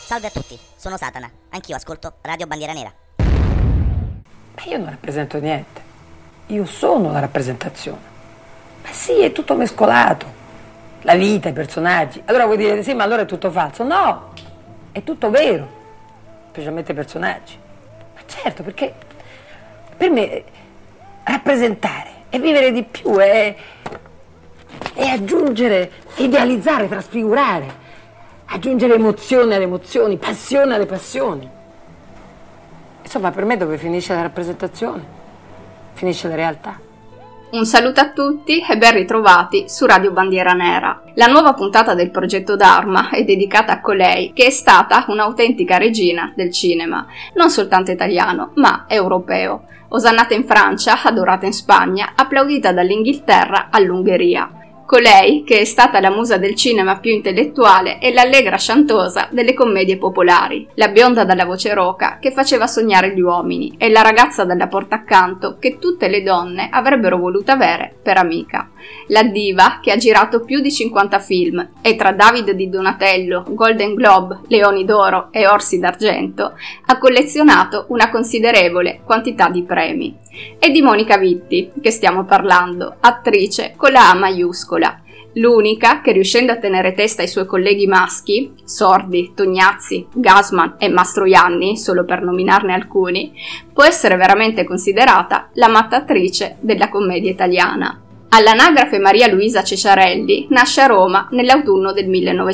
Salve a tutti, sono Satana, anch'io ascolto Radio Bandiera Nera. Ma io non rappresento niente, io sono la rappresentazione. Ma sì, è tutto mescolato, la vita, i personaggi. Allora vuoi dire sì, ma allora è tutto falso? No, è tutto vero, specialmente i personaggi. Ma certo, perché per me rappresentare è vivere di più, è aggiungere, idealizzare, trasfigurare, aggiungere emozione alle emozioni, passione alle passioni. Insomma, per me dove finisce la rappresentazione, finisce la realtà. Un saluto a tutti e ben ritrovati su Radio Bandiera Nera. La nuova puntata del progetto Dharma è dedicata a colei che è stata un'autentica regina del cinema, non soltanto italiano, ma europeo. Osannata in Francia, adorata in Spagna, applaudita dall'Inghilterra all'Ungheria. Colei che è stata la musa del cinema più intellettuale e l'allegra sciantosa delle commedie popolari, la bionda dalla voce roca che faceva sognare gli uomini e la ragazza dalla porta accanto che tutte le donne avrebbero voluto avere per amica. La diva che ha girato più di 50 film e tra David di Donatello, Golden Globe, Leoni d'Oro e Orsi d'Argento ha collezionato una considerevole quantità di premi. È di Monica Vitti che stiamo parlando, attrice con la A maiuscola, l'unica che riuscendo a tenere testa ai suoi colleghi maschi, Sordi, Tognazzi, Gassman e Mastroianni, solo per nominarne alcuni, può essere veramente considerata la matta attrice della commedia italiana. All'anagrafe Maria Luisa Cecciarelli nasce a Roma nell'autunno del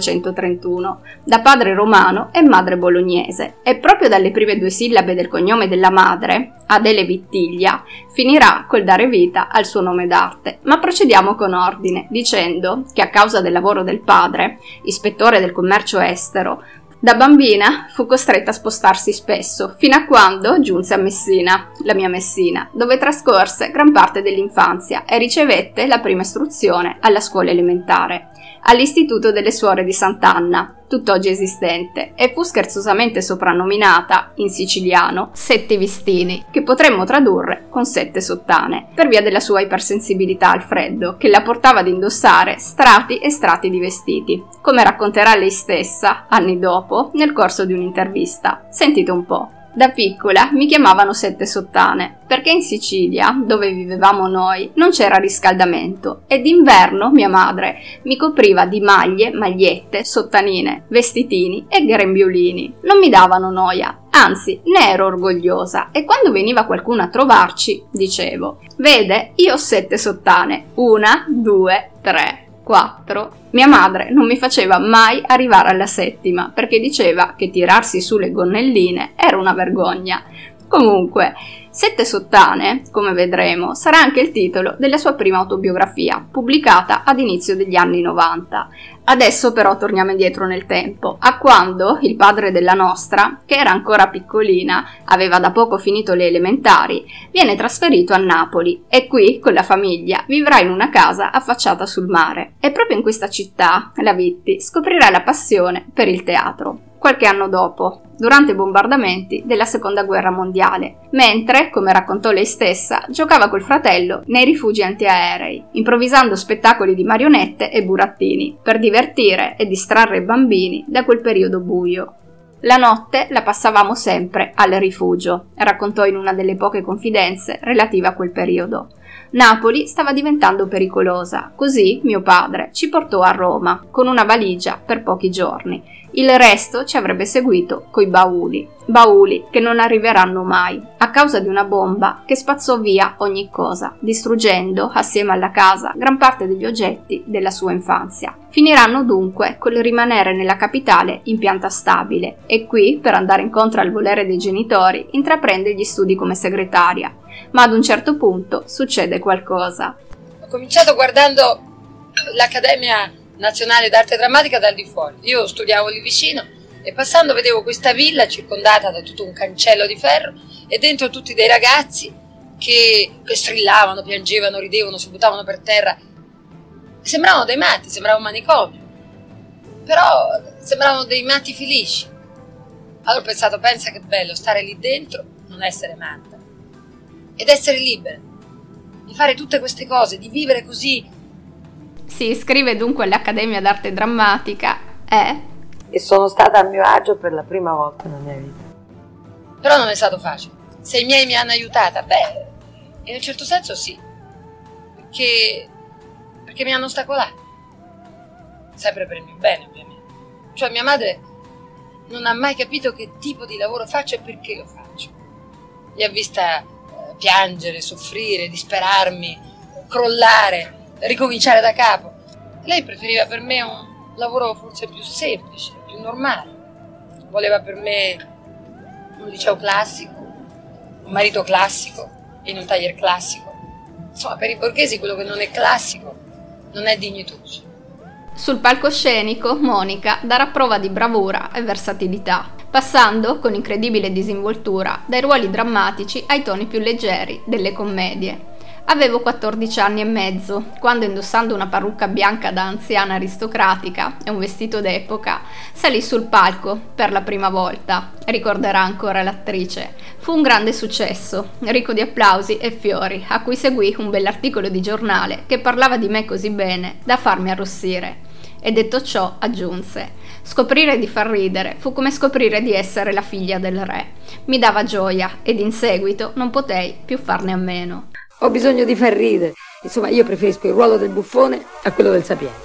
1931, da padre romano e madre bolognese, e proprio dalle prime due sillabe del cognome della madre, Adele Vittiglia, finirà col dare vita al suo nome d'arte. Ma procediamo con ordine, dicendo che a causa del lavoro del padre, ispettore del commercio estero, da bambina fu costretta a spostarsi spesso, fino a quando giunse a Messina, la mia Messina, dove trascorse gran parte dell'infanzia e ricevette la prima istruzione alla scuola elementare, all'Istituto delle Suore di Sant'Anna, tutt'oggi esistente, e fu scherzosamente soprannominata, in siciliano, Sette Vistini, che potremmo tradurre con sette sottane, per via della sua ipersensibilità al freddo, che la portava ad indossare strati e strati di vestiti, come racconterà lei stessa, anni dopo, nel corso di un'intervista. Sentite un po'. Da piccola mi chiamavano Sette Sottane, perché in Sicilia, dove vivevamo noi, non c'era riscaldamento e d'inverno mia madre mi copriva di maglie, magliette, sottanine, vestitini e grembiulini. Non mi davano noia, anzi ne ero orgogliosa e quando veniva qualcuno a trovarci dicevo: «Vede, io ho 7 sottane, 1, 2, 3, 4. Mia madre non mi faceva mai arrivare alla settima perché diceva che tirarsi su le gonnelline era una vergogna. Comunque, Sette Sottane, come vedremo, sarà anche il titolo della sua prima autobiografia, pubblicata ad inizio degli anni 90. Adesso però torniamo indietro nel tempo, a quando il padre della nostra, che era ancora piccolina, aveva da poco finito le elementari, viene trasferito a Napoli e qui, con la famiglia, vivrà in una casa affacciata sul mare. E proprio in questa città, la Vitti scoprirà la passione per il teatro. Qualche anno dopo, durante i bombardamenti della Seconda Guerra Mondiale, mentre, come raccontò lei stessa, giocava col fratello nei rifugi antiaerei, improvvisando spettacoli di marionette e burattini, per divertire e distrarre i bambini da quel periodo buio. La notte la passavamo sempre al rifugio, raccontò in una delle poche confidenze relative a quel periodo. Napoli stava diventando pericolosa, così mio padre ci portò a Roma con una valigia per pochi giorni. Il resto ci avrebbe seguito coi bauli che non arriveranno mai, a causa di una bomba che spazzò via ogni cosa, distruggendo, assieme alla casa, gran parte degli oggetti della sua infanzia. Finiranno dunque col rimanere nella capitale in pianta stabile e qui, per andare incontro al volere dei genitori, intraprende gli studi come segretaria. Ma ad un certo punto succede qualcosa. Ho cominciato guardando l'Accademia Nazionale d'Arte Drammatica dal di fuori. Io studiavo lì vicino e passando vedevo questa villa circondata da tutto un cancello di ferro e dentro tutti dei ragazzi che strillavano, piangevano, ridevano, si buttavano per terra. Sembravano dei matti, sembrava un manicomio, però sembravano dei matti felici. Allora ho pensato, pensa che bello stare lì dentro, non essere matta ed essere libera di fare tutte queste cose, di vivere così. Si iscrive dunque all'Accademia d'Arte Drammatica e e sono stata a mio agio per la prima volta nella mia vita. Però non è stato facile. Se i miei mi hanno aiutata, in un certo senso sì, perché mi hanno ostacolato, sempre per il mio bene ovviamente. Cioè mia madre non ha mai capito che tipo di lavoro faccio e perché lo faccio. Mi ha vista piangere, soffrire, disperarmi, crollare, ricominciare da capo. Lei preferiva per me un lavoro forse più semplice, più normale. Voleva per me un liceo classico, un marito classico, in un taglier classico. Insomma, per i borghesi quello che non è classico non è dignitoso. Sul palcoscenico, Monica darà prova di bravura e versatilità, passando con incredibile disinvoltura dai ruoli drammatici ai toni più leggeri delle commedie. Avevo 14 anni e mezzo, quando indossando una parrucca bianca da anziana aristocratica e un vestito d'epoca, salì sul palco per la prima volta, ricorderà ancora l'attrice. Fu un grande successo, ricco di applausi e fiori, a cui seguì un bell'articolo di giornale che parlava di me così bene da farmi arrossire. E detto ciò, aggiunse: scoprire di far ridere fu come scoprire di essere la figlia del re. Mi dava gioia ed in seguito non potei più farne a meno. Ho bisogno di far ridere. Insomma, io preferisco il ruolo del buffone a quello del sapiente.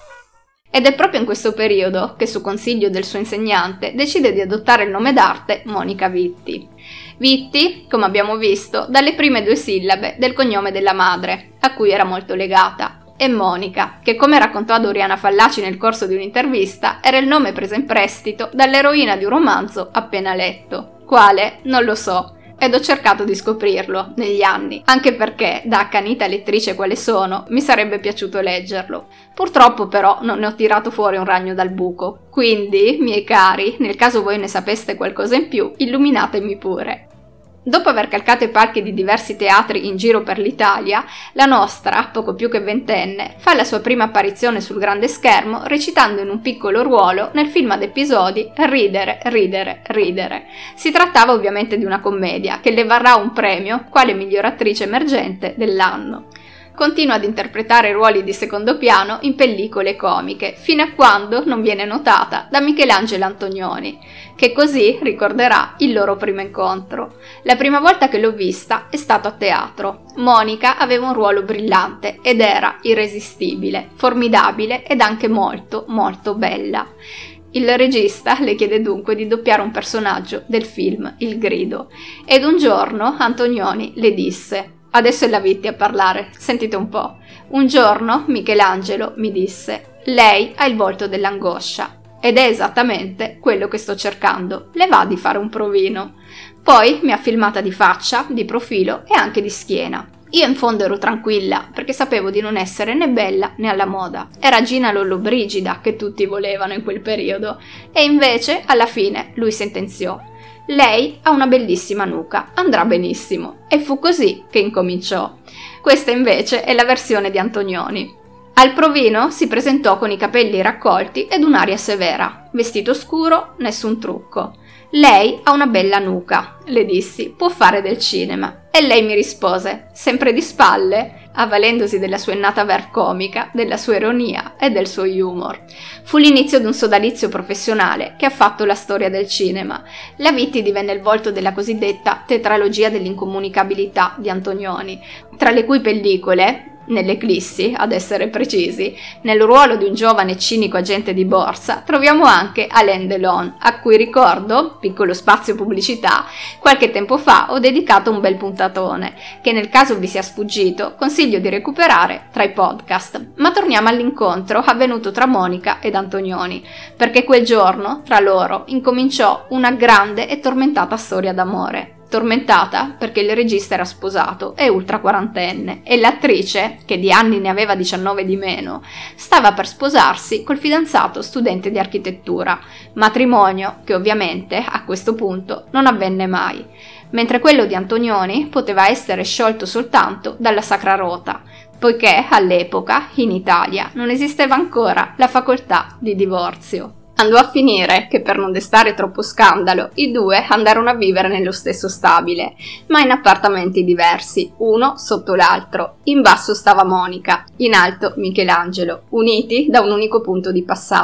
Ed è proprio in questo periodo che, su consiglio del suo insegnante, decide di adottare il nome d'arte Monica Vitti. Vitti, come abbiamo visto, dalle prime 2 sillabe del cognome della madre, a cui era molto legata, e Monica, che come raccontò ad Oriana Fallaci nel corso di un'intervista, era il nome preso in prestito dall'eroina di un romanzo appena letto. Quale? Non lo so. Ed ho cercato di scoprirlo negli anni, anche perché, da accanita lettrice quale sono, mi sarebbe piaciuto leggerlo. Purtroppo però non ne ho tirato fuori un ragno dal buco. Quindi, miei cari, nel caso voi ne sapeste qualcosa in più, illuminatemi pure. Dopo aver calcato i palchi di diversi teatri in giro per l'Italia, la nostra, poco più che ventenne, fa la sua prima apparizione sul grande schermo recitando in un piccolo ruolo nel film ad episodi Ridere, ridere, ridere. Si trattava ovviamente di una commedia che le varrà un premio quale miglior attrice emergente dell'anno. Continua ad interpretare ruoli di secondo piano in pellicole comiche, fino a quando non viene notata da Michelangelo Antonioni, che così ricorderà il loro primo incontro. La prima volta che l'ho vista è stato a teatro. Monica aveva un ruolo brillante ed era irresistibile, formidabile ed anche molto, molto bella. Il regista le chiede dunque di doppiare un personaggio del film Il Grido, ed un giorno Antonioni le disse: adesso è la Vitti a parlare, sentite un po'. Un giorno Michelangelo mi disse: lei ha il volto dell'angoscia, ed è esattamente quello che sto cercando, le va di fare un provino. Poi mi ha filmata di faccia, di profilo e anche di schiena. Io in fondo ero tranquilla, perché sapevo di non essere né bella né alla moda. Era Gina Lollobrigida che tutti volevano in quel periodo, e invece alla fine lui sentenziò: lei ha una bellissima nuca, andrà benissimo. E fu così che incominciò. Questa invece è la versione di Antonioni. Al provino si presentò con i capelli raccolti ed un'aria severa, vestito scuro, nessun trucco. Lei ha una bella nuca, le dissi, può fare del cinema. E lei mi rispose, sempre di spalle, avvalendosi della sua innata verve comica, della sua ironia e del suo humor. Fu l'inizio di un sodalizio professionale che ha fatto la storia del cinema. La Vitti divenne il volto della cosiddetta tetralogia dell'incomunicabilità di Antonioni, tra le cui pellicole, nell'Eclissi, ad essere precisi, nel ruolo di un giovane e cinico agente di borsa, troviamo anche Alain Delon, a cui ricordo, piccolo spazio pubblicità, qualche tempo fa ho dedicato un bel puntatone, che nel caso vi sia sfuggito, consiglio di recuperare tra i podcast. Ma torniamo all'incontro avvenuto tra Monica ed Antonioni, perché quel giorno, tra loro, incominciò una grande e tormentata storia d'amore. Tormentata perché il regista era sposato e ultra quarantenne e l'attrice, che di anni ne aveva 19 di meno, stava per sposarsi col fidanzato studente di architettura, matrimonio che ovviamente a questo punto non avvenne mai, mentre quello di Antonioni poteva essere sciolto soltanto dalla Sacra Rota, poiché all'epoca in Italia non esisteva ancora la facoltà di divorzio. Andò a finire che, per non destare troppo scandalo, i due andarono a vivere nello stesso stabile, ma in appartamenti diversi, uno sotto l'altro. In basso stava Monica, in alto Michelangelo, uniti da un unico punto di passaggio.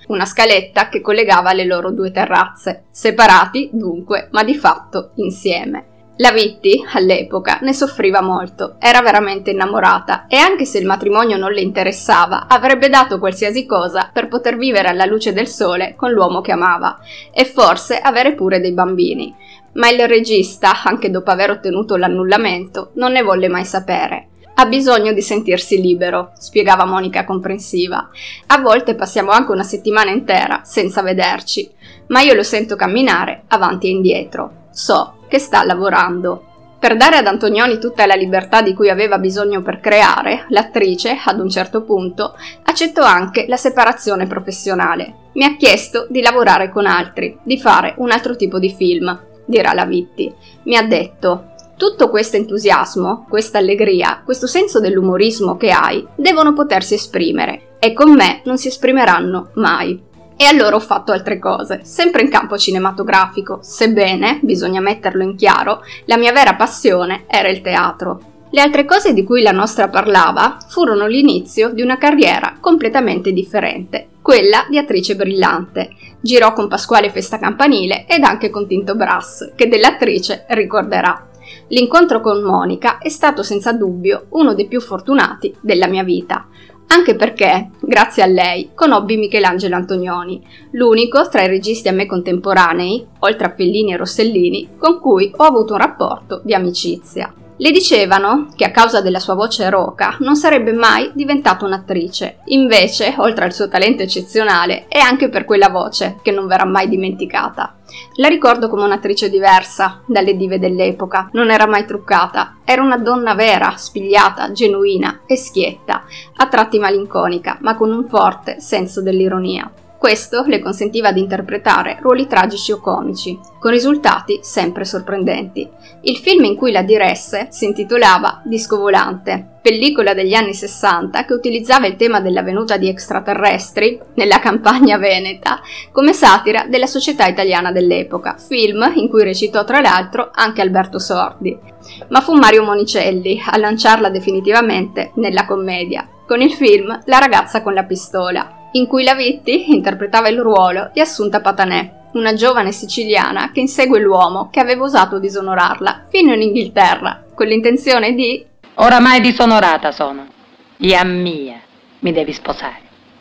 una scaletta che collegava le loro due terrazze, separati dunque, ma di fatto insieme. La Vitti, all'epoca, ne soffriva molto, era veramente innamorata e anche se il matrimonio non le interessava, avrebbe dato qualsiasi cosa per poter vivere alla luce del sole con l'uomo che amava e forse avere pure dei bambini. Ma il regista, anche dopo aver ottenuto l'annullamento, non ne volle mai sapere. Ha bisogno di sentirsi libero, spiegava Monica comprensiva. A volte passiamo anche una settimana intera senza vederci, ma io lo sento camminare avanti e indietro. So che sta lavorando. Per dare ad Antonioni tutta la libertà di cui aveva bisogno per creare, l'attrice, ad un certo punto, accettò anche la separazione professionale. Mi ha chiesto di lavorare con altri, di fare un altro tipo di film, dirà la Vitti. Mi ha detto: tutto questo entusiasmo, questa allegria, questo senso dell'umorismo che hai, devono potersi esprimere, e con me non si esprimeranno mai. E allora ho fatto altre cose, sempre in campo cinematografico, sebbene, bisogna metterlo in chiaro, la mia vera passione era il teatro. Le altre cose di cui la nostra parlava furono l'inizio di una carriera completamente differente, quella di attrice brillante. Girò con Pasquale Festa Campanile ed anche con Tinto Brass, che dell'attrice ricorderà. L'incontro con Monica è stato senza dubbio uno dei più fortunati della mia vita, anche perché, grazie a lei, conobbi Michelangelo Antonioni, l'unico tra i registi a me contemporanei, oltre a Fellini e Rossellini, con cui ho avuto un rapporto di amicizia. Le dicevano che a causa della sua voce roca non sarebbe mai diventata un'attrice, invece, oltre al suo talento eccezionale, è anche per quella voce che non verrà mai dimenticata. La ricordo come un'attrice diversa dalle dive dell'epoca, non era mai truccata, era una donna vera, spigliata, genuina e schietta, a tratti malinconica, ma con un forte senso dell'ironia. Questo le consentiva di interpretare ruoli tragici o comici, con risultati sempre sorprendenti. Il film in cui la diresse si intitolava Disco Volante, pellicola degli anni 60 che utilizzava il tema della venuta di extraterrestri nella campagna veneta come satira della società italiana dell'epoca, film in cui recitò tra l'altro anche Alberto Sordi. Ma fu Mario Monicelli a lanciarla definitivamente nella commedia, con il film La ragazza con la pistola, in cui la Vitti interpretava il ruolo di Assunta Patanè, una giovane siciliana che insegue l'uomo che aveva osato disonorarla fino in Inghilterra, con l'intenzione di... Oramai disonorata sono. Ia mia, mi devi sposare.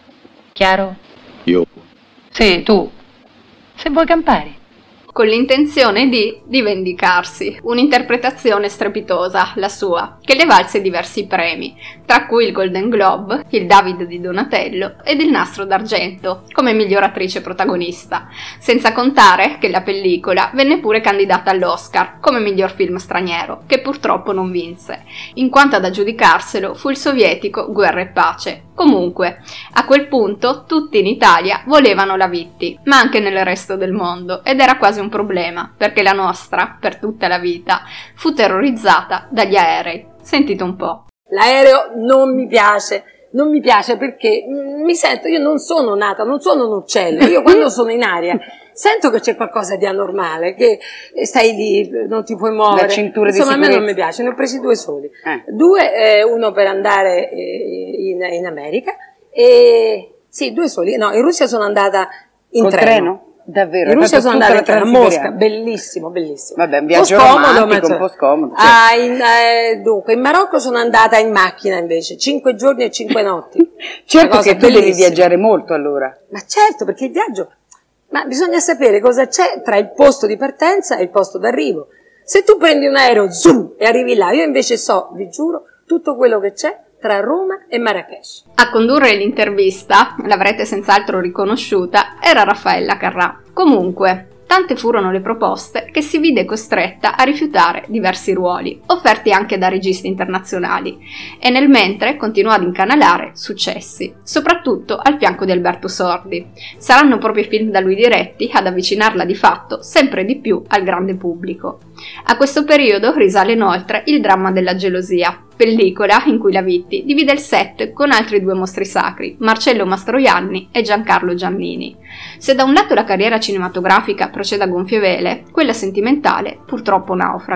Chiaro? Io? Sì, tu. Se vuoi campare. Con l'intenzione di vendicarsi. Un'interpretazione strepitosa, la sua, che le valse diversi premi, tra cui il Golden Globe, il David di Donatello ed il Nastro d'Argento, come miglior attrice protagonista, senza contare che la pellicola venne pure candidata all'Oscar come miglior film straniero, che purtroppo non vinse, in quanto ad aggiudicarselo fu il sovietico Guerra e Pace. Comunque, a quel punto tutti in Italia volevano la Vitti, ma anche nel resto del mondo, ed era quasi un problema, perché la nostra, per tutta la vita, fu terrorizzata dagli aerei. Sentite un po'. L'aereo non mi piace perché mi sento, io non sono nata, non sono un uccello, io quando sono in aria sento che c'è qualcosa di anormale, che stai lì, non ti puoi muovere. La cintura insomma, di sicurezza. a me non mi piace, ne ho presi 2 soli. Uno per andare in America e sì, 2 soli. No, in Russia sono andata in treno. Davvero? In Russia sono andata a Mosca, bellissimo, bellissimo. Vabbè, un viaggio romantico, un po' scomodo. Dunque, in Marocco sono andata in macchina invece, 5 giorni e 5 notti. Certo che tu devi bellissima. viaggiare molto allora. Ma certo, perché il viaggio... Ma bisogna sapere cosa c'è tra il posto di partenza e il posto d'arrivo. Se tu prendi un aereo, zoom, e arrivi là, io invece so, vi giuro, tutto quello che c'è tra Roma e Marrakech. A condurre l'intervista, l'avrete senz'altro riconosciuta, era Raffaella Carrà. Comunque, tante furono le proposte che si vide costretta a rifiutare diversi ruoli, offerti anche da registi internazionali, e nel mentre continuò ad incanalare successi, soprattutto al fianco di Alberto Sordi. Saranno proprio i film da lui diretti ad avvicinarla di fatto sempre di più al grande pubblico. A questo periodo risale inoltre Il dramma della gelosia, pellicola in cui la Vitti divide il set con altri 2 mostri sacri, Marcello Mastroianni e Giancarlo Giannini. Se da un lato la carriera cinematografica procede a gonfie vele, quella sentimentale purtroppo naufraga.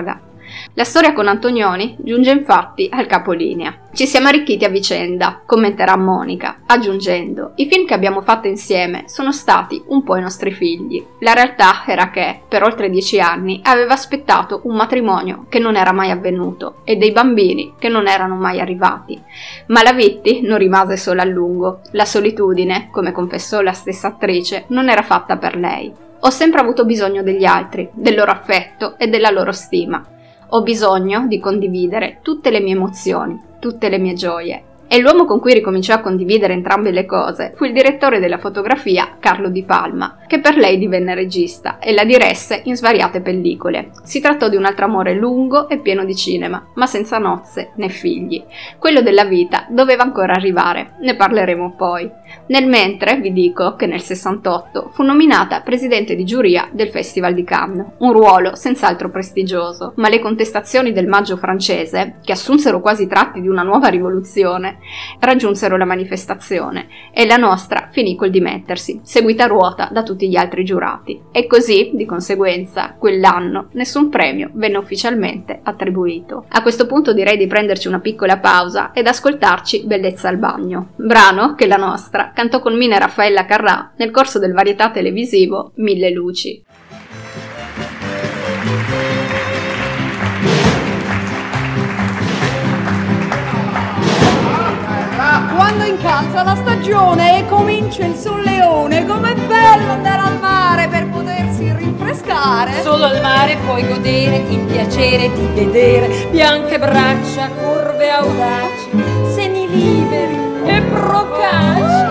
La storia con Antonioni giunge infatti al capolinea. Ci siamo arricchiti a vicenda, commenterà Monica, aggiungendo: i film che abbiamo fatto insieme sono stati un po' i nostri figli. La realtà era che, per oltre 10 anni, aveva aspettato un matrimonio che non era mai avvenuto e dei bambini che non erano mai arrivati. Ma la Vitti non rimase sola a lungo. La solitudine, come confessò la stessa attrice, non era fatta per lei. Ho sempre avuto bisogno degli altri, del loro affetto e della loro stima. Ho bisogno di condividere tutte le mie emozioni, tutte le mie gioie. E l'uomo con cui ricominciò a condividere entrambe le cose fu il direttore della fotografia Carlo Di Palma, che per lei divenne regista e la diresse in svariate pellicole. Si trattò di un altro amore lungo e pieno di cinema, ma senza nozze né figli. Quello della vita doveva ancora arrivare, ne parleremo poi. Nel mentre vi dico che nel 68 fu nominata presidente di giuria del Festival di Cannes, un ruolo senz'altro prestigioso, ma le contestazioni del Maggio francese, che assunsero quasi i tratti di una nuova rivoluzione, raggiunsero la manifestazione e la nostra finì col dimettersi, seguita a ruota da tutti gli altri giurati. E così, di conseguenza, quell'anno nessun premio venne ufficialmente attribuito. A questo punto direi di prenderci una piccola pausa ed ascoltarci Bellezza al bagno, brano che la nostra cantò con Mina Raffaella Carrà nel corso del varietà televisivo Mille Luci. Quando incalza la stagione e comincia il solleone, com'è bello andare al mare per potersi rinfrescare. Solo al mare puoi godere il piacere di vedere bianche braccia, curve audaci, seni liberi e procaci.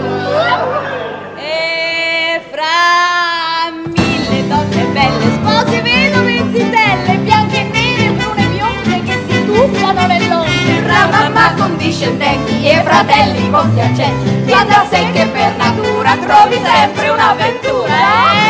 E fra mille donne belle, sposi, vedovi, zitelle, bianche e nere, brune e bionde che si tuffano nell'onde. Fra mamma condiscendenti e fratelli compiacenti, ti andrà a sé che per natura trovi sempre un'avventura.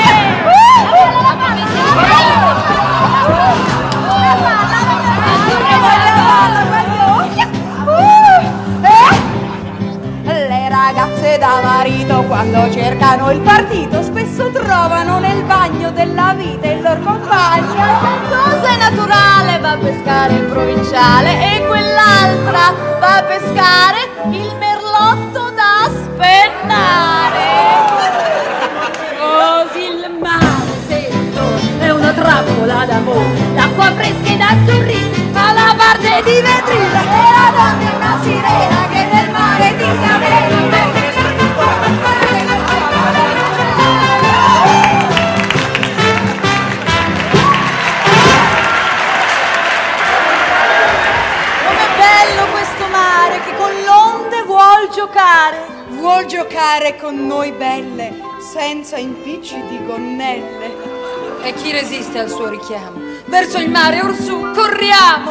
Le ragazze da marito quando cercano il partito spesso trovano nel bagno della vita il loro compagno. Cosa è naturale va a pescare il provinciale e quell'altra va a pescare il merlotto da spennare. Così il mare sento è una trappola d'amore, l'acqua fresca ed azzurrita alla parte di vetrina, E la donna è una sirena che nel mare ti chiamerà. Vuol giocare con noi belle, senza impicci di gonnelle. e chi resiste al suo richiamo? Verso il mare orsù, corriamo!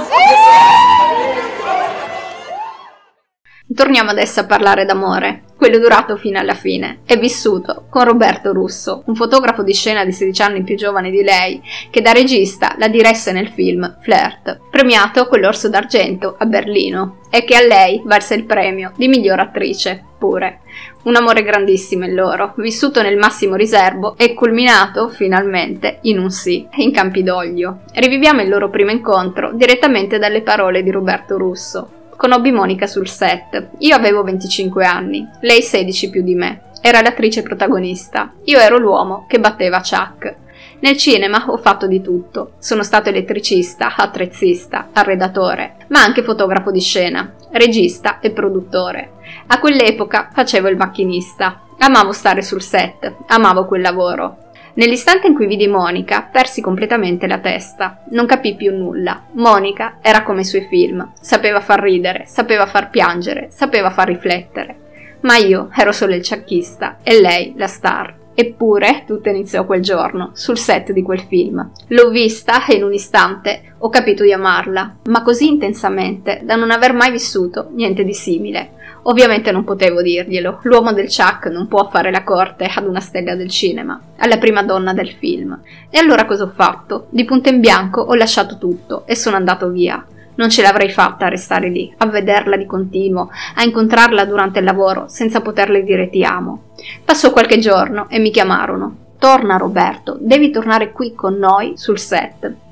Torniamo adesso a parlare d'amore, quello durato fino alla fine e vissuto con Roberto Russo, un fotografo di scena di 16 anni più giovane di lei, che da regista la diresse nel film Flirt, premiato con l'Orso d'Argento a Berlino, e che a lei valse il premio di miglior attrice, pure. Un amore grandissimo il loro, vissuto nel massimo riservo e culminato, finalmente, in un sì, in Campidoglio. Riviviamo il loro primo incontro direttamente dalle parole di Roberto Russo. Conobbi Monica sul set. Io avevo 25 anni, lei 16 più di me. Era l'attrice protagonista. Io ero l'uomo che batteva Chuck. Nel cinema ho fatto di tutto. Sono stato elettricista, attrezzista, arredatore, ma anche fotografo di scena, regista e produttore. A quell'epoca facevo il macchinista. Amavo stare sul set, amavo quel lavoro. Nell'istante in cui vidi Monica, persi completamente la testa. Non capii più nulla. Monica era come i suoi film. Sapeva far ridere, sapeva far piangere, sapeva far riflettere. Ma io ero solo il ciacchista e lei la star. Eppure tutto iniziò quel giorno, sul set di quel film. L'ho vista e in un istante ho capito di amarla, ma così intensamente da non aver mai vissuto niente di simile. Ovviamente non potevo dirglielo, l'uomo del Chuck non può fare la corte ad una stella del cinema, alla prima donna del film. E allora cosa ho fatto? Di punto in bianco ho lasciato tutto e sono andato via. Non ce l'avrei fatta a restare lì, a vederla di continuo, a incontrarla durante il lavoro senza poterle dire ti amo. Passò qualche giorno e mi chiamarono. Torna Roberto, devi tornare qui con noi sul set.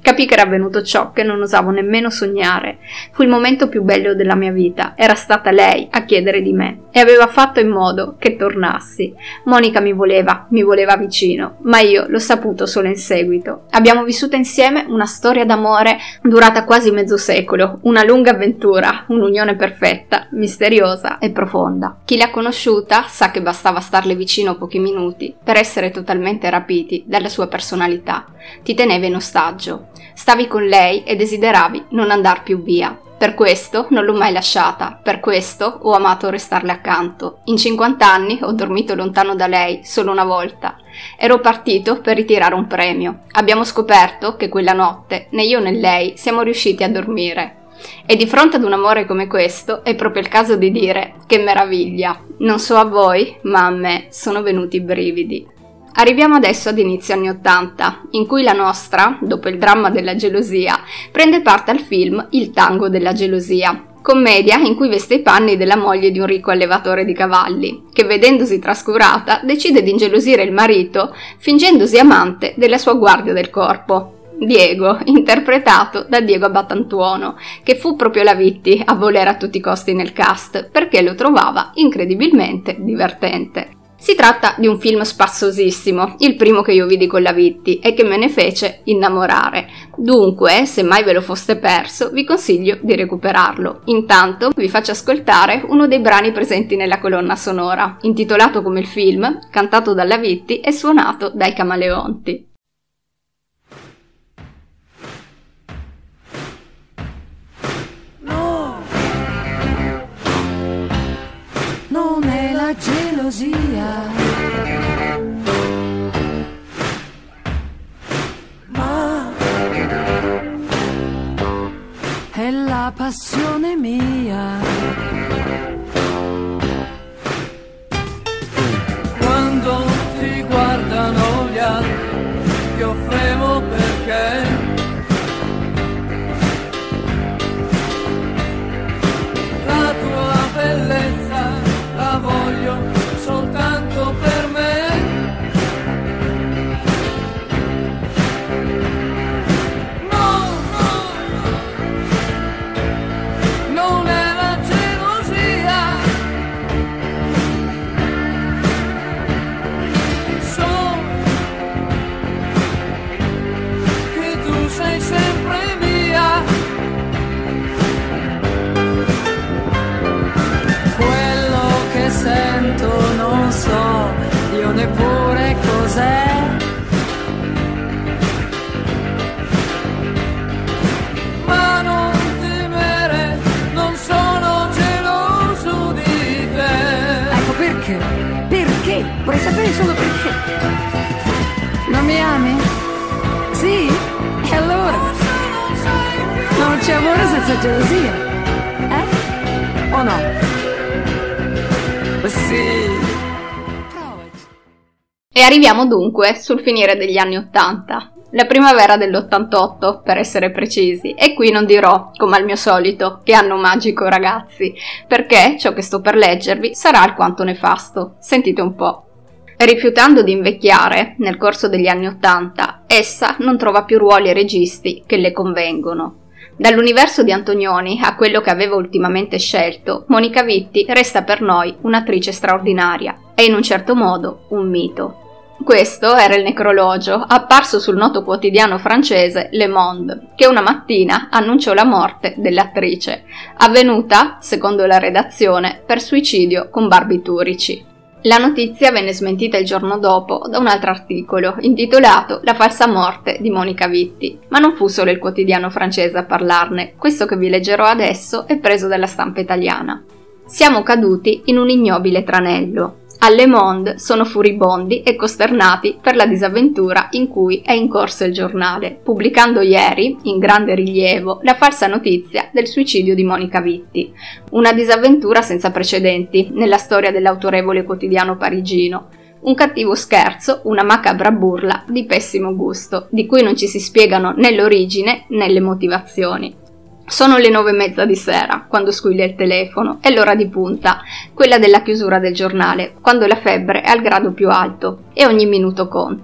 Capii che era avvenuto ciò che non osavo nemmeno sognare. Fu il momento più bello della mia vita. Era stata lei a chiedere di me e aveva fatto in modo che tornassi. Monica mi voleva vicino, ma io l'ho saputo solo in seguito. Abbiamo vissuto insieme una storia d'amore durata quasi mezzo secolo, una lunga avventura, un'unione perfetta, misteriosa e profonda. Chi l'ha conosciuta sa che bastava starle vicino pochi minuti per essere totalmente rapiti dalla sua personalità. Ti teneva in ostaggio. Stavi con lei e desideravi non andar più via. Per questo non l'ho mai lasciata, per questo ho amato restarle accanto. In 50 anni ho dormito lontano da lei solo una volta. Ero partito per ritirare un premio. Abbiamo scoperto che quella notte né io né lei siamo riusciti a dormire. E di fronte ad un amore come questo è proprio il caso di dire che meraviglia. Non so a voi, ma a me sono venuti i brividi. Arriviamo adesso ad inizio anni '80, in cui la nostra, dopo il dramma della gelosia, prende parte al film Il tango della gelosia, commedia in cui veste i panni della moglie di un ricco allevatore di cavalli, che vedendosi trascurata decide di ingelosire il marito fingendosi amante della sua guardia del corpo. Diego, interpretato da Diego Abbatantuono, che fu proprio la Vitti a volere a tutti i costi nel cast perché lo trovava incredibilmente divertente. Si tratta di un film spassosissimo, il primo che io vidi con la Vitti e che me ne fece innamorare. Dunque, se mai ve lo foste perso, vi consiglio di recuperarlo. Intanto vi faccio ascoltare uno dei brani presenti nella colonna sonora, intitolato come il film, cantato dalla Vitti e suonato dai Camaleonti. Non è la gelosia, ma è la passione mia. Quando ti guardano gli altri, io fremo perché la tua bellezza la voglio soltanto per me. No, non è la gelosia. So che tu sei sempre mia. Sento, non so io neppure cos'è. Ma non temere, non sono geloso di te. Ecco perché? Perché? Vorrei sapere solo perché. Non mi ami? Sì? E allora? Non c'è amore senza gelosia? O no? Sì. E arriviamo dunque sul finire degli anni '80, la primavera dell'88 per essere precisi, e qui non dirò, come al mio solito, che anno magico ragazzi, perché ciò che sto per leggervi sarà alquanto nefasto, sentite un po'. Rifiutando di invecchiare, nel corso degli anni '80, essa non trova più ruoli e registi che le convengono. Dall'universo di Antonioni a quello che aveva ultimamente scelto, Monica Vitti resta per noi un'attrice straordinaria e in un certo modo un mito. Questo era il necrologio apparso sul noto quotidiano francese Le Monde, che una mattina annunciò la morte dell'attrice, avvenuta, secondo la redazione, per suicidio con barbiturici. La notizia venne smentita il giorno dopo da un altro articolo intitolato La falsa morte di Monica Vitti, ma non fu solo il quotidiano francese a parlarne, questo che vi leggerò adesso è preso dalla stampa italiana. Siamo caduti in un ignobile tranello. A Le Monde sono furibondi e costernati per la disavventura in cui è incorso il giornale, pubblicando ieri, in grande rilievo, la falsa notizia del suicidio di Monica Vitti. Una disavventura senza precedenti nella storia dell'autorevole quotidiano parigino. Un cattivo scherzo, una macabra burla di pessimo gusto, di cui non ci si spiegano né l'origine né le motivazioni. Sono le 9:30 di sera, quando squilla il telefono, è l'ora di punta, quella della chiusura del giornale, quando la febbre è al grado più alto e ogni minuto conta.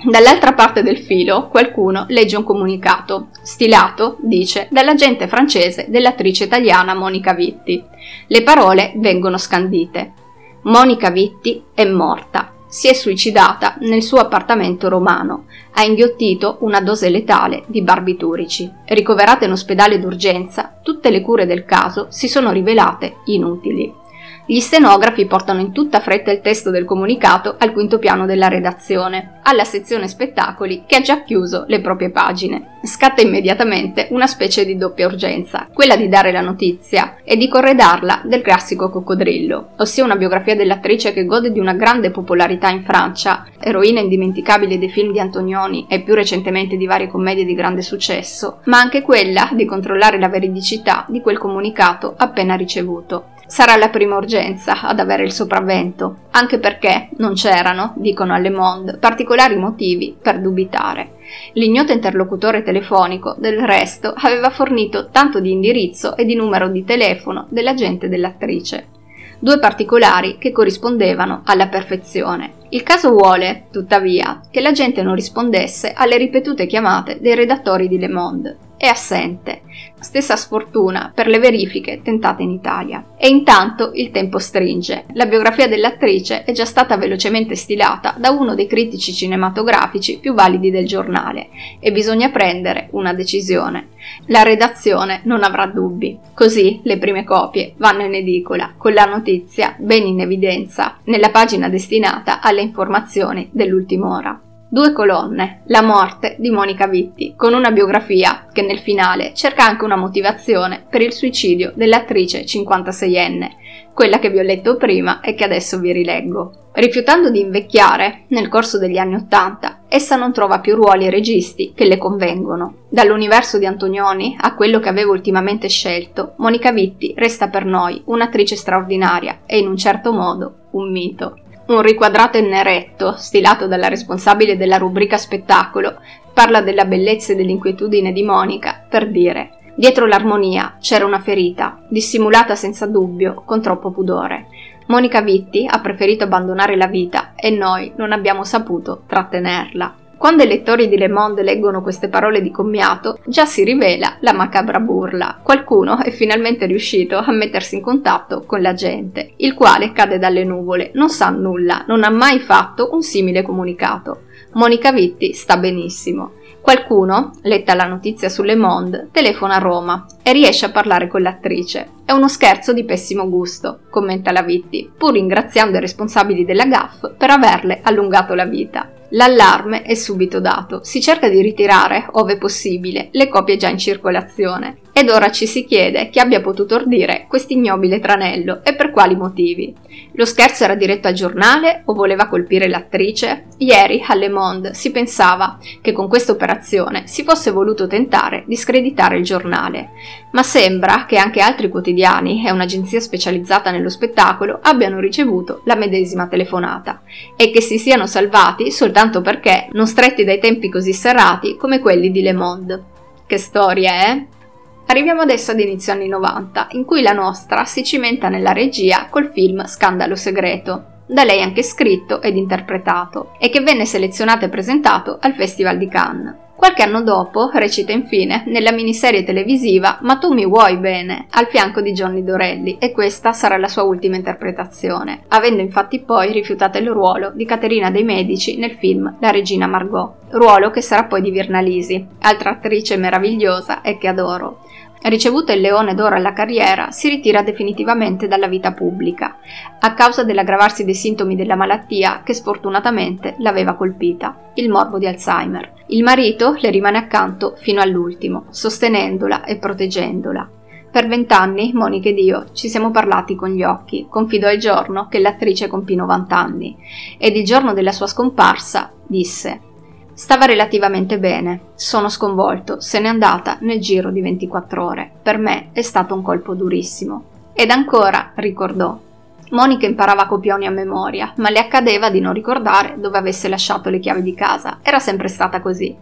Dall'altra parte del filo qualcuno legge un comunicato, stilato, dice, dall'agente francese dell'attrice italiana Monica Vitti. Le parole vengono scandite. Monica Vitti è morta. Si è suicidata nel suo appartamento romano. Ha inghiottito una dose letale di barbiturici. Ricoverata in ospedale d'urgenza, tutte le cure del caso si sono rivelate inutili. Gli stenografi portano in tutta fretta il testo del comunicato al quinto piano della redazione, alla sezione spettacoli che ha già chiuso le proprie pagine. Scatta immediatamente una specie di doppia urgenza, quella di dare la notizia e di corredarla del classico coccodrillo, ossia una biografia dell'attrice che gode di una grande popolarità in Francia, eroina indimenticabile dei film di Antonioni e più recentemente di varie commedie di grande successo, ma anche quella di controllare la veridicità di quel comunicato appena ricevuto. Sarà la prima urgenza ad avere il sopravvento, anche perché non c'erano, dicono a Le Monde, particolari motivi per dubitare. L'ignoto interlocutore telefonico, del resto, aveva fornito tanto di indirizzo e di numero di telefono dell'agente dell'attrice. 2 particolari che corrispondevano alla perfezione. Il caso vuole, tuttavia, che l'agente non rispondesse alle ripetute chiamate dei redattori di Le Monde. È assente. Stessa sfortuna per le verifiche tentate in Italia. E intanto il tempo stringe. La biografia dell'attrice è già stata velocemente stilata da uno dei critici cinematografici più validi del giornale e bisogna prendere una decisione. La redazione non avrà dubbi. Così le prime copie vanno in edicola, con la notizia ben in evidenza, nella pagina destinata alle informazioni dell'ultima ora. 2 colonne, la morte di Monica Vitti, con una biografia che nel finale cerca anche una motivazione per il suicidio dell'attrice 56enne, quella che vi ho letto prima e che adesso vi rileggo. Rifiutando di invecchiare, nel corso degli anni '80, essa non trova più ruoli e registi che le convengono. Dall'universo di Antonioni a quello che avevo ultimamente scelto, Monica Vitti resta per noi un'attrice straordinaria e in un certo modo un mito. Un riquadrato in neretto, stilato dalla responsabile della rubrica spettacolo, parla della bellezza e dell'inquietudine di Monica per dire: dietro l'armonia c'era una ferita, dissimulata senza dubbio, con troppo pudore. Monica Vitti ha preferito abbandonare la vita e noi non abbiamo saputo trattenerla. Quando i lettori di Le Monde leggono queste parole di commiato, già si rivela la macabra burla. Qualcuno è finalmente riuscito a mettersi in contatto con l'agente, il quale cade dalle nuvole, non sa nulla, non ha mai fatto un simile comunicato. Monica Vitti sta benissimo. Qualcuno, letta la notizia su Le Monde, telefona a Roma e riesce a parlare con l'attrice. È uno scherzo di pessimo gusto, commenta la Vitti, pur ringraziando i responsabili della gaffe per averle allungato la vita. L'allarme è subito dato, si cerca di ritirare, ove possibile, le copie già in circolazione, ed ora ci si chiede chi abbia potuto ordire quest'ignobile tranello e per quali motivi. Lo scherzo era diretto al giornale o voleva colpire l'attrice? Ieri, a Le Monde, si pensava che con questa operazione si fosse voluto tentare di screditare il giornale, ma sembra che anche altri quotidiani e un'agenzia specializzata nello spettacolo abbiano ricevuto la medesima telefonata e che si siano salvati soltanto perché non stretti dai tempi così serrati come quelli di Le Monde. Che storia, eh? Arriviamo adesso ad inizio anni 90, in cui la nostra si cimenta nella regia col film Scandalo segreto, da lei anche scritto ed interpretato, e che venne selezionato e presentato al Festival di Cannes. Qualche anno dopo recita infine nella miniserie televisiva Ma tu mi vuoi bene, al fianco di Johnny Dorelli, e questa sarà la sua ultima interpretazione, avendo infatti poi rifiutato il ruolo di Caterina dei Medici nel film La regina Margot, ruolo che sarà poi di Virnalisi, altra attrice meravigliosa e che adoro. Ricevuto il Leone d'Oro alla carriera, si ritira definitivamente dalla vita pubblica, a causa dell'aggravarsi dei sintomi della malattia che sfortunatamente l'aveva colpita, il morbo di Alzheimer. Il marito le rimane accanto fino all'ultimo, sostenendola e proteggendola. Per 20 anni Monica ed io ci siamo parlati con gli occhi, confidò il giorno che l'attrice compì 90 anni, ed il giorno della sua scomparsa disse: stava relativamente bene, sono sconvolto, se n'è andata nel giro di 24 ore. Per me è stato un colpo durissimo. Ed ancora ricordò: Monica imparava copioni a memoria, ma le accadeva di non ricordare dove avesse lasciato le chiavi di casa, era sempre stata così.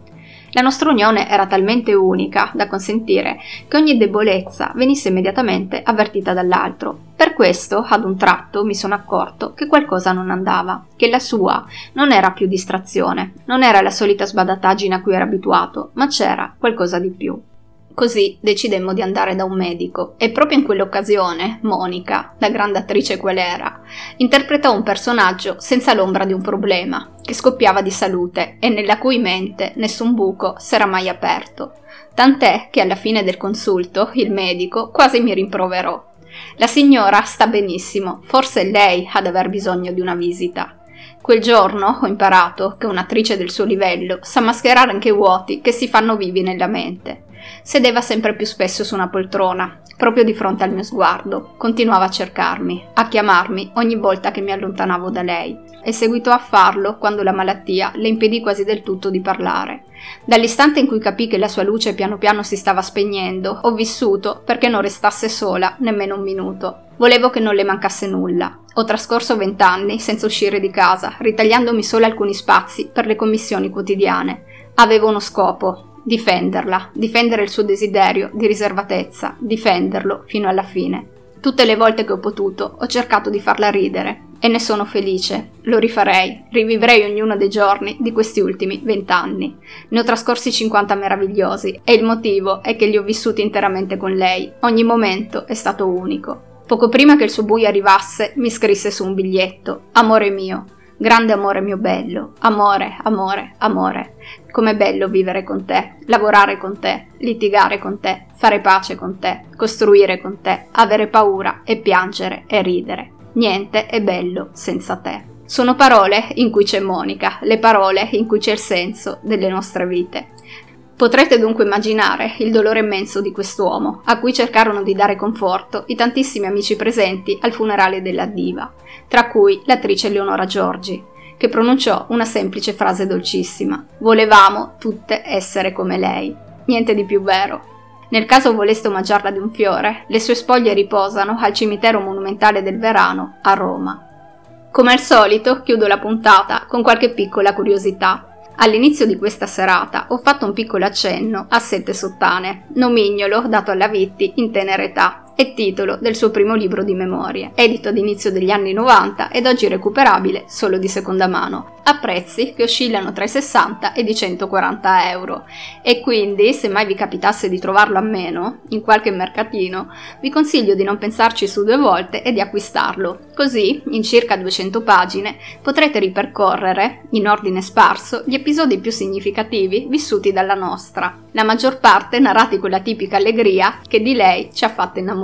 La nostra unione era talmente unica da consentire che ogni debolezza venisse immediatamente avvertita dall'altro. Per questo, ad un tratto, mi sono accorto che qualcosa non andava, che la sua non era più distrazione, non era la solita sbadataggine a cui era abituato, ma c'era qualcosa di più. Così decidemmo di andare da un medico e proprio in quell'occasione Monica, la grande attrice qual era, interpretò un personaggio senza l'ombra di un problema, che scoppiava di salute e nella cui mente nessun buco s'era mai aperto. Tant'è che alla fine del consulto il medico quasi mi rimproverò. La signora sta benissimo, forse è lei ad aver bisogno di una visita. Quel giorno ho imparato che un'attrice del suo livello sa mascherare anche i vuoti che si fanno vivi nella mente. Sedeva sempre più spesso su una poltrona, proprio di fronte al mio sguardo. Continuava a cercarmi, a chiamarmi ogni volta che mi allontanavo da lei, e seguitò a farlo quando la malattia le impedì quasi del tutto di parlare. Dall'istante in cui capì che la sua luce piano piano si stava spegnendo, ho vissuto perché non restasse sola nemmeno un minuto. Volevo che non le mancasse nulla. Ho trascorso 20 anni senza uscire di casa, ritagliandomi solo alcuni spazi per le commissioni quotidiane. Avevo uno scopo: difenderla, difendere il suo desiderio di riservatezza, difenderlo fino alla fine. Tutte le volte che ho potuto ho cercato di farla ridere e ne sono felice. Lo rifarei, rivivrei ognuno dei giorni di questi ultimi 20 anni. Ne ho trascorsi 50 meravigliosi e il motivo è che li ho vissuti interamente con lei. Ogni momento è stato unico. Poco prima che il suo buio arrivasse mi scrisse su un biglietto: amore mio, grande amore mio bello, amore, amore, amore. Com'è bello vivere con te, lavorare con te, litigare con te, fare pace con te, costruire con te, avere paura e piangere e ridere. Niente è bello senza te. Sono parole in cui c'è Monica, le parole in cui c'è il senso delle nostre vite. Potrete dunque immaginare il dolore immenso di quest'uomo, a cui cercarono di dare conforto i tantissimi amici presenti al funerale della diva, tra cui l'attrice Eleonora Giorgi, che pronunciò una semplice frase dolcissima: volevamo tutte essere come lei. Niente di più vero. Nel caso voleste omaggiarla di un fiore, le sue spoglie riposano al cimitero monumentale del Verano a Roma. Come al solito chiudo la puntata con qualche piccola curiosità. All'inizio di questa serata ho fatto un piccolo accenno a Sette Sottane, nomignolo dato alla Vitti in tenera età e titolo del suo primo libro di memorie, edito ad inizio degli anni 90 ed oggi recuperabile solo di seconda mano, a prezzi che oscillano tra i 60 e i 140 euro. E quindi, se mai vi capitasse di trovarlo a meno, in qualche mercatino, vi consiglio di non pensarci su 2 volte e di acquistarlo. Così, in circa 200 pagine, potrete ripercorrere, in ordine sparso, gli episodi più significativi vissuti dalla nostra, la maggior parte narrati con la tipica allegria che di lei ci ha fatto innamorare.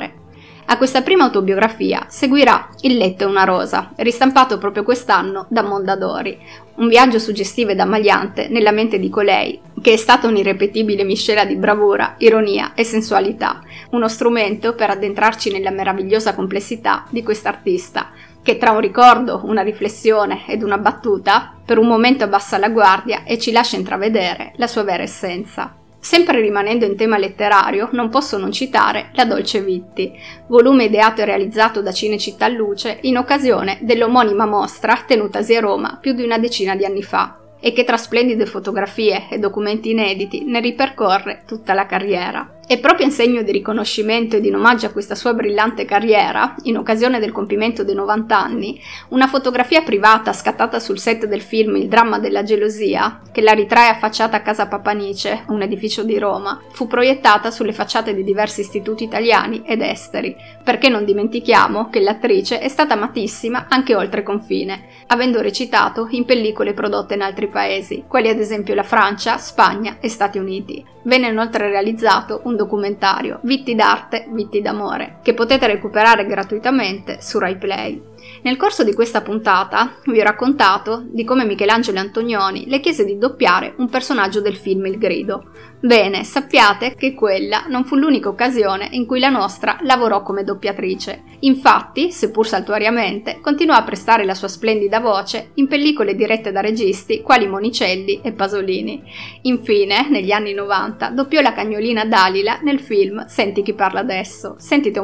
A questa prima autobiografia seguirà Il letto è una rosa, ristampato proprio quest'anno da Mondadori, un viaggio suggestivo ed ammaliante nella mente di colei, che è stata un'irripetibile miscela di bravura, ironia e sensualità, uno strumento per addentrarci nella meravigliosa complessità di quest'artista, che tra un ricordo, una riflessione ed una battuta, per un momento abbassa la guardia e ci lascia intravedere la sua vera essenza. Sempre rimanendo in tema letterario, non posso non citare La Dolce Vitti, volume ideato e realizzato da Cinecittà Luce in occasione dell'omonima mostra tenutasi a Roma più di una decina di anni fa, e che tra splendide fotografie e documenti inediti ne ripercorre tutta la carriera. E proprio in segno di riconoscimento ed in omaggio a questa sua brillante carriera, in occasione del compimento dei 90 anni, una fotografia privata scattata sul set del film Il dramma della gelosia, che la ritrae affacciata a Casa Papanice, un edificio di Roma, fu proiettata sulle facciate di diversi istituti italiani ed esteri, perché non dimentichiamo che l'attrice è stata amatissima anche oltre confine, avendo recitato in pellicole prodotte in altri paesi, quali ad esempio la Francia, Spagna e Stati Uniti. Venne inoltre realizzato un documentario, Vitti d'arte, Vitti d'amore, che potete recuperare gratuitamente su Rai Play. Nel corso di questa puntata vi ho raccontato di come Michelangelo Antonioni le chiese di doppiare un personaggio del film Il Grido. Bene, sappiate che quella non fu l'unica occasione in cui la nostra lavorò come doppiatrice. Infatti, seppur saltuariamente, continuò a prestare la sua splendida voce in pellicole dirette da registi quali Monicelli e Pasolini. Infine, negli anni 90, doppiò la cagnolina Dalila nel film Senti chi parla adesso. Sentite un po'.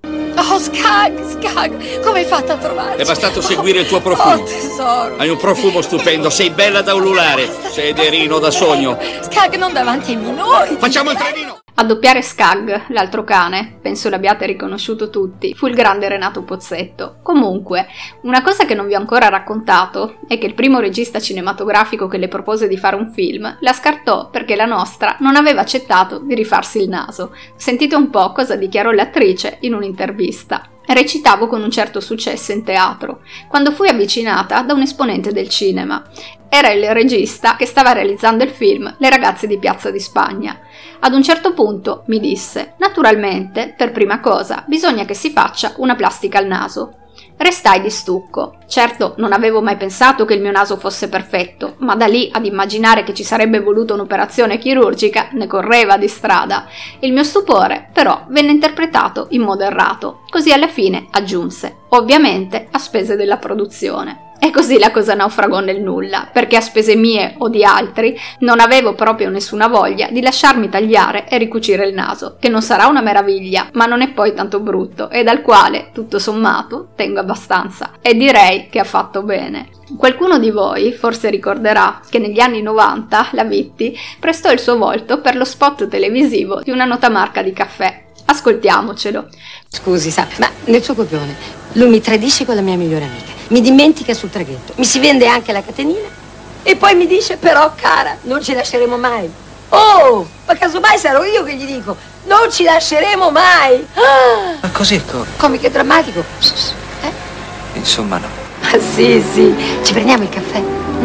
Oh, Skag, come hai fatto a trovarci? È bastato seguire il tuo profumo. Oh, tesoro. Hai un profumo stupendo, sei bella da ululare. Sederino da sogno. Skag, non davanti ai minori. Facciamo il trenino. A doppiare Skag, l'altro cane, penso l'abbiate riconosciuto tutti, fu il grande Renato Pozzetto. Comunque, una cosa che non vi ho ancora raccontato è che il primo regista cinematografico che le propose di fare un film la scartò perché la nostra non aveva accettato di rifarsi il naso. Sentite un po' cosa dichiarò l'attrice in un'intervista. Recitavo con un certo successo in teatro, quando fui avvicinata da un esponente del cinema. Era il regista che stava realizzando il film Le ragazze di Piazza di Spagna. Ad un certo punto mi disse: naturalmente, per prima cosa, bisogna che si faccia una plastica al naso. Restai di stucco. Certo, non avevo mai pensato che il mio naso fosse perfetto, ma da lì ad immaginare che ci sarebbe voluta un'operazione chirurgica ne correva di strada. Il mio stupore, però, venne interpretato in modo errato. Così alla fine aggiunse: ovviamente a spese della produzione. E così la cosa naufragò nel nulla, perché a spese mie o di altri non avevo proprio nessuna voglia di lasciarmi tagliare e ricucire il naso, che non sarà una meraviglia, ma non è poi tanto brutto e dal quale, tutto sommato, tengo abbastanza. E direi che ha fatto bene. Qualcuno di voi forse ricorderà che negli anni 90 la Vitti prestò il suo volto per lo spot televisivo di una nota marca di caffè. Ascoltiamocelo. Scusi, sa, ma nel suo copione lui mi tradisce con la mia migliore amica, mi dimentica sul traghetto, mi si vende anche la catenina e poi mi dice: però cara, non ci lasceremo mai. Oh, ma casomai sarò io che gli dico: non ci lasceremo mai. Ah! Ma così ancora? Come che drammatico. Insomma no. Ah, sì, ci prendiamo il caffè?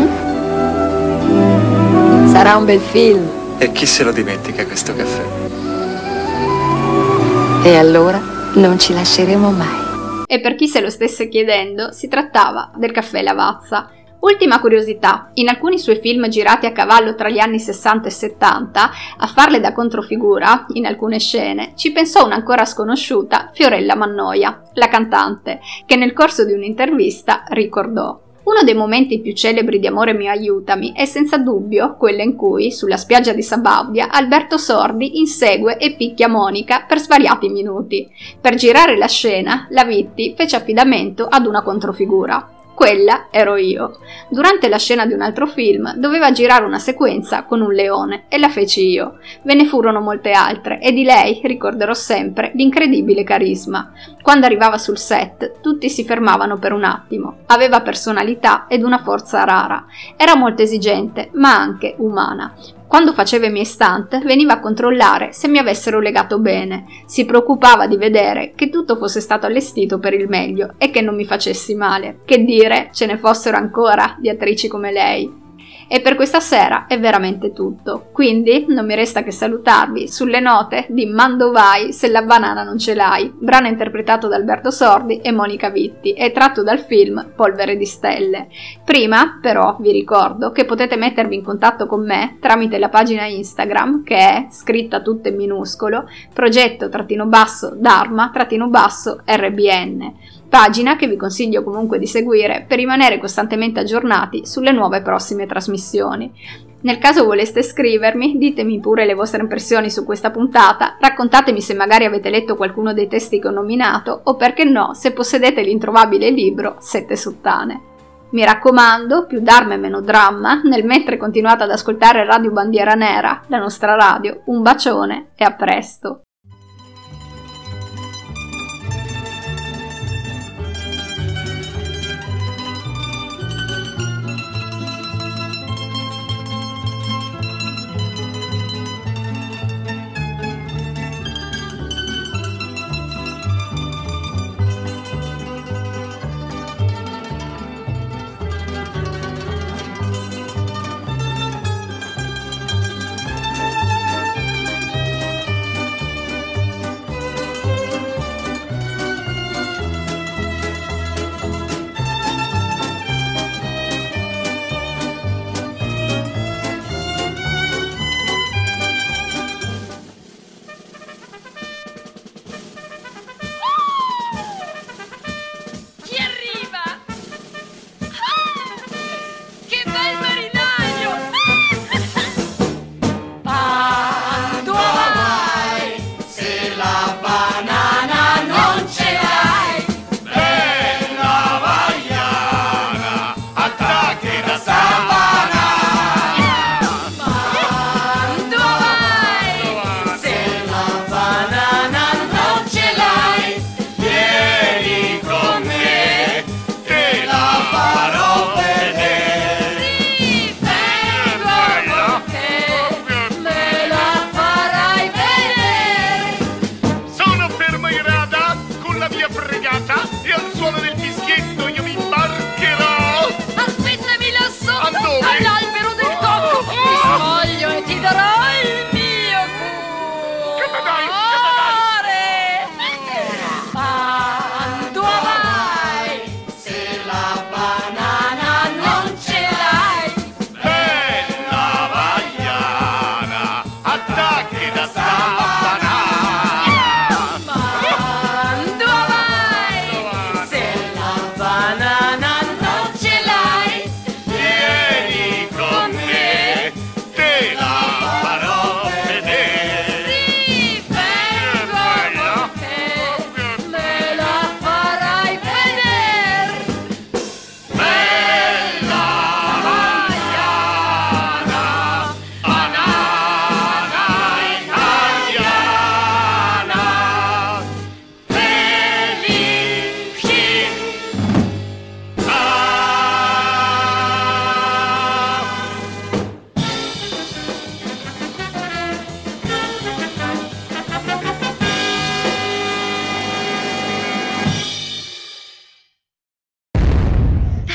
Sarà un bel film. E chi se lo dimentica questo caffè? E allora non ci lasceremo mai. E per chi se lo stesse chiedendo, si trattava del caffè Lavazza. Ultima curiosità, in alcuni suoi film girati a cavallo tra gli anni 60 e 70, a farle da controfigura, in alcune scene, ci pensò un'ancora sconosciuta Fiorella Mannoia, la cantante, che nel corso di un'intervista ricordò: uno dei momenti più celebri di Amore mio aiutami è senza dubbio quello in cui, sulla spiaggia di Sabaudia, Alberto Sordi insegue e picchia Monica per svariati minuti. Per girare la scena, la Vitti fece affidamento ad una controfigura. Quella ero io. Durante la scena di un altro film doveva girare una sequenza con un leone e la feci io. Ve ne furono molte altre e di lei ricorderò sempre l'incredibile carisma. Quando arrivava sul set tutti si fermavano per un attimo. Aveva personalità ed una forza rara. Era molto esigente ma anche umana. Quando faceva i miei stunt veniva a controllare se mi avessero legato bene, si preoccupava di vedere che tutto fosse stato allestito per il meglio e che non mi facessi male. Che dire, ce ne fossero ancora di attrici come lei. E per questa sera è veramente tutto, quindi non mi resta che salutarvi sulle note di Mando vai se la banana non ce l'hai, brano interpretato da Alberto Sordi e Monica Vitti e tratto dal film Polvere di stelle. Prima, però, vi ricordo che potete mettervi in contatto con me tramite la pagina Instagram, che è, scritta tutto in minuscolo, progetto-dharma-rbn, pagina che vi consiglio comunque di seguire per rimanere costantemente aggiornati sulle nuove prossime trasmissioni. Nel caso voleste scrivermi, ditemi pure le vostre impressioni su questa puntata, raccontatemi se magari avete letto qualcuno dei testi che ho nominato o, perché no, se possedete l'introvabile libro Sette sottane. Mi raccomando, più Dharma e meno dramma, nel mentre continuate ad ascoltare Radio Bandiera Nera, la nostra radio. Un bacione e a presto!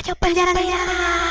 Radio Bandiera Nera.